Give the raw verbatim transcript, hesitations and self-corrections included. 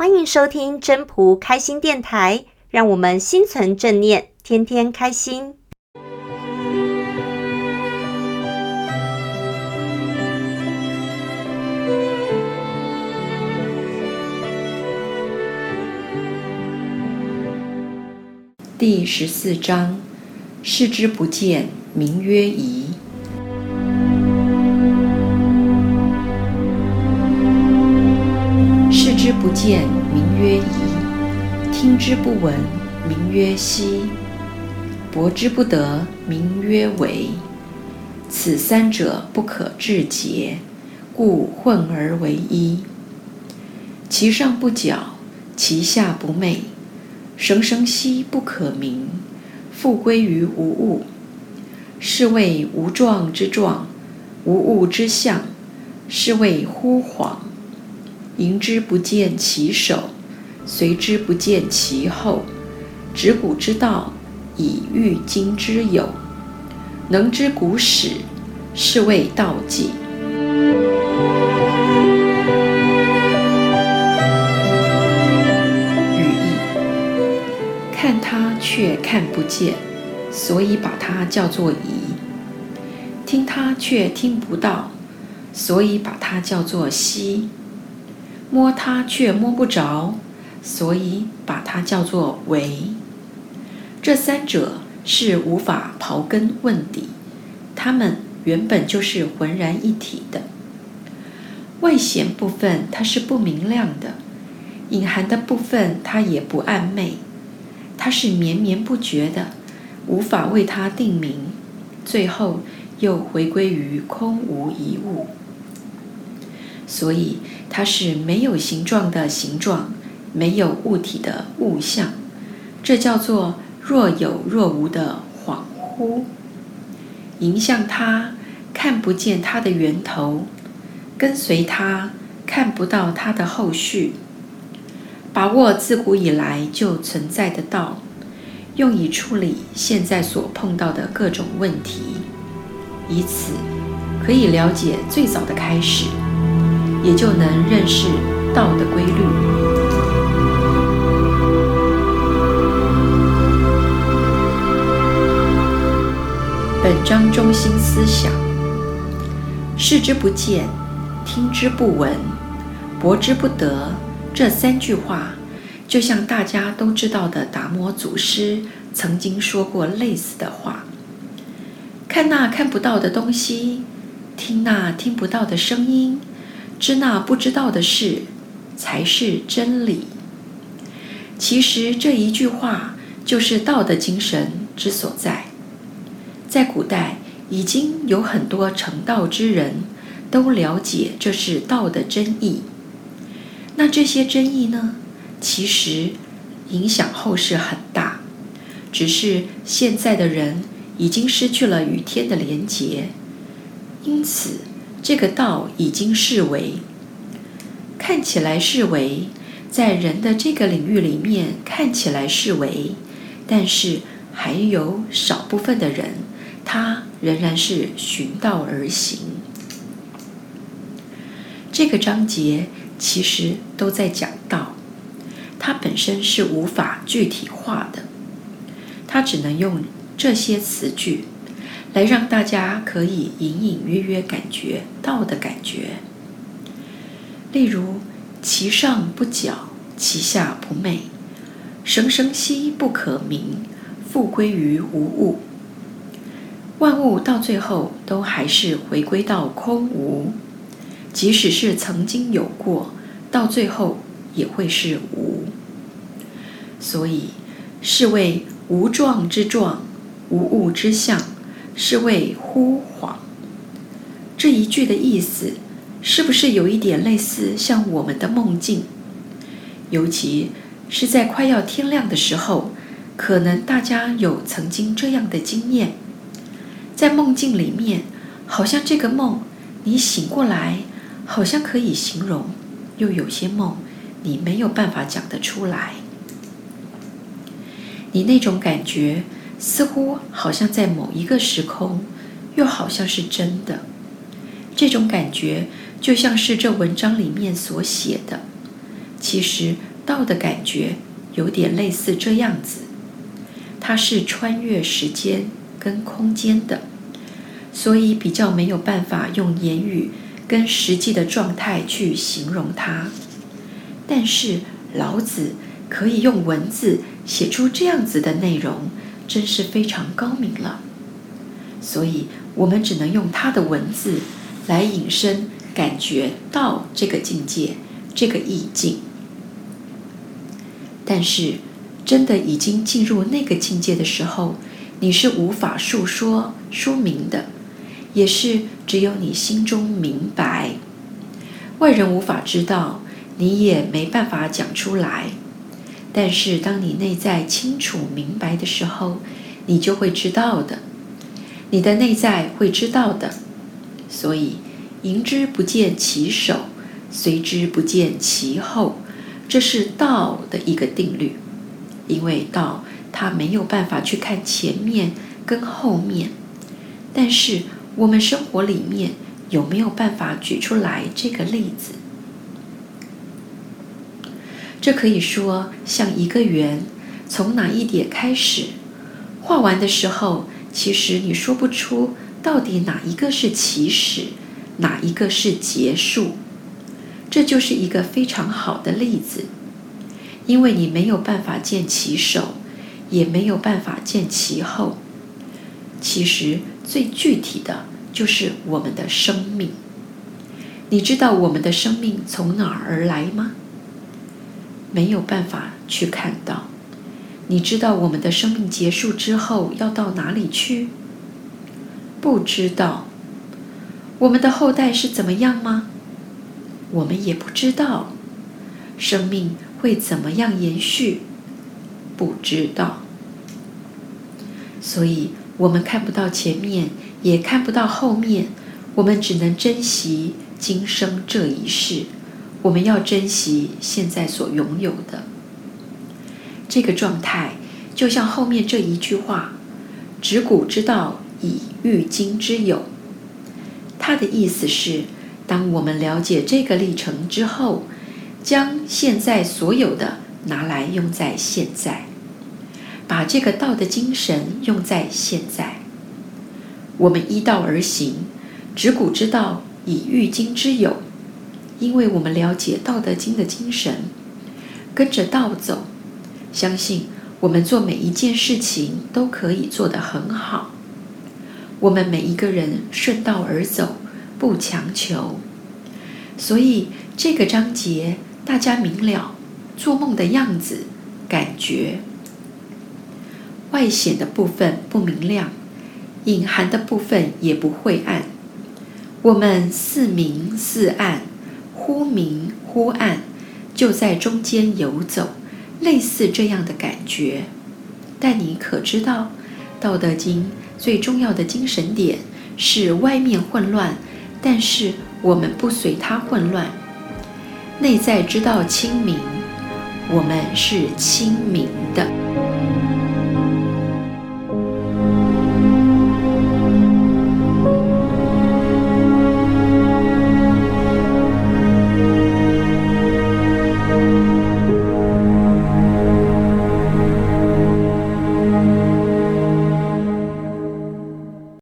欢迎收听真仆开心电台，让我们心存正念，天天开心。 第十四章，视之不见，名曰夷。视之不见，名曰夷；听之不闻，名曰希；博之不得，名曰微。此三者不可致诘，故混而为一。其上不矫，其下不昧，生生息不可名，复归于无物。是谓无状之状，无物之象，是谓惚恍。迎之不见其首，随之不见其后。执古之道，以御今之有。能知古始，是谓道纪。语义：看它却看不见，所以把它叫做夷；听它却听不到，所以把它叫做希；摸它却摸不着，所以把它叫做微。这三者是无法刨根问底，它们原本就是浑然一体的。外显部分它是不明亮的，隐含的部分它也不暧昧，它是绵绵不绝的，无法为它定名，最后又回归于空无一物。所以它是没有形状的形状，没有物体的物象，这叫做若有若无的恍惚。迎向它，看不见它的源头；跟随它，看不到它的后续。把握自古以来就存在的道，用以处理现在所碰到的各种问题，以此可以了解最早的开始，也就能认识道的规律。本章中心思想：视之不见，听之不闻，博之不得，这三句话，就像大家都知道的达摩祖师曾经说过类似的话：看那看不到的东西，听那听不到的声音，知那不知道的事，才是真理。其实这一句话就是道的精神之所在。在古代已经有很多成道之人都了解这是道的真意。那这些真意呢，其实影响后世很大，只是现在的人已经失去了与天的连结，因此这个道已经式微。看起来式微，在人的这个领域里面看起来式微，但是还有少部分的人，他仍然是循道而行。这个章节其实都在讲道，它本身是无法具体化的，它只能用这些词句来让大家可以隐隐约约感觉道的感觉。例如，其上不矫，其下不昧，生生息不可名，复归于无物。万物到最后都还是回归到空无，即使是曾经有过，到最后也会是无。所以是谓无状之状，无物之象，是谓惚恍。这一句的意思是不是有一点类似像我们的梦境？尤其是在快要天亮的时候，可能大家有曾经这样的经验，在梦境里面，好像这个梦你醒过来好像可以形容，又有些梦你没有办法讲得出来。你那种感觉似乎好像在某一个时空，又好像是真的。这种感觉就像是这文章里面所写的， 其实道的感觉有点类似这样子，它是穿越时间跟空间的，所以比较没有办法用言语跟实际的状态去形容它。但是老子可以用文字写出这样子的内容，真是非常高明了。所以我们只能用他的文字来引申感觉到这个境界，这个意境。但是真的已经进入那个境界的时候，你是无法述说说明的，也是只有你心中明白，外人无法知道，你也没办法讲出来。但是当你内在清楚明白的时候，你就会知道的，你的内在会知道的。所以迎之不见其首，随之不见其后，这是道的一个定律。因为道它没有办法去看前面跟后面，但是我们生活里面有没有办法举出来这个例子？这可以说像一个圆，从哪一点开始，画完的时候，其实你说不出到底哪一个是起始，哪一个是结束。这就是一个非常好的例子，因为你没有办法见其首，也没有办法见其后。其实最具体的就是我们的生命。你知道我们的生命从哪儿而来吗？没有办法去看到。你知道我们的生命结束之后要到哪里去？不知道。我们的后代是怎么样吗？我们也不知道。生命会怎么样延续？不知道。所以我们看不到前面，也看不到后面，我们只能珍惜今生这一世。我们要珍惜现在所拥有的这个状态，就像后面这一句话，执古之道，以御今之有。它的意思是，当我们了解这个历程之后，将现在所有的拿来用在现在，把这个道的精神用在现在。我们依道而行，执古之道，以御今之有。因为我们了解道德经的精神，跟着道走，相信我们做每一件事情都可以做得很好。我们每一个人顺道而走，不强求。所以这个章节大家明了做梦的样子，感觉外显的部分不明亮，隐含的部分也不晦暗。我们似明似暗，忽明忽暗，就在中间游走，类似这样的感觉。但你可知道，道德经最重要的精神点是外面混乱，但是我们不随它混乱，内在知道清明，我们是清明的。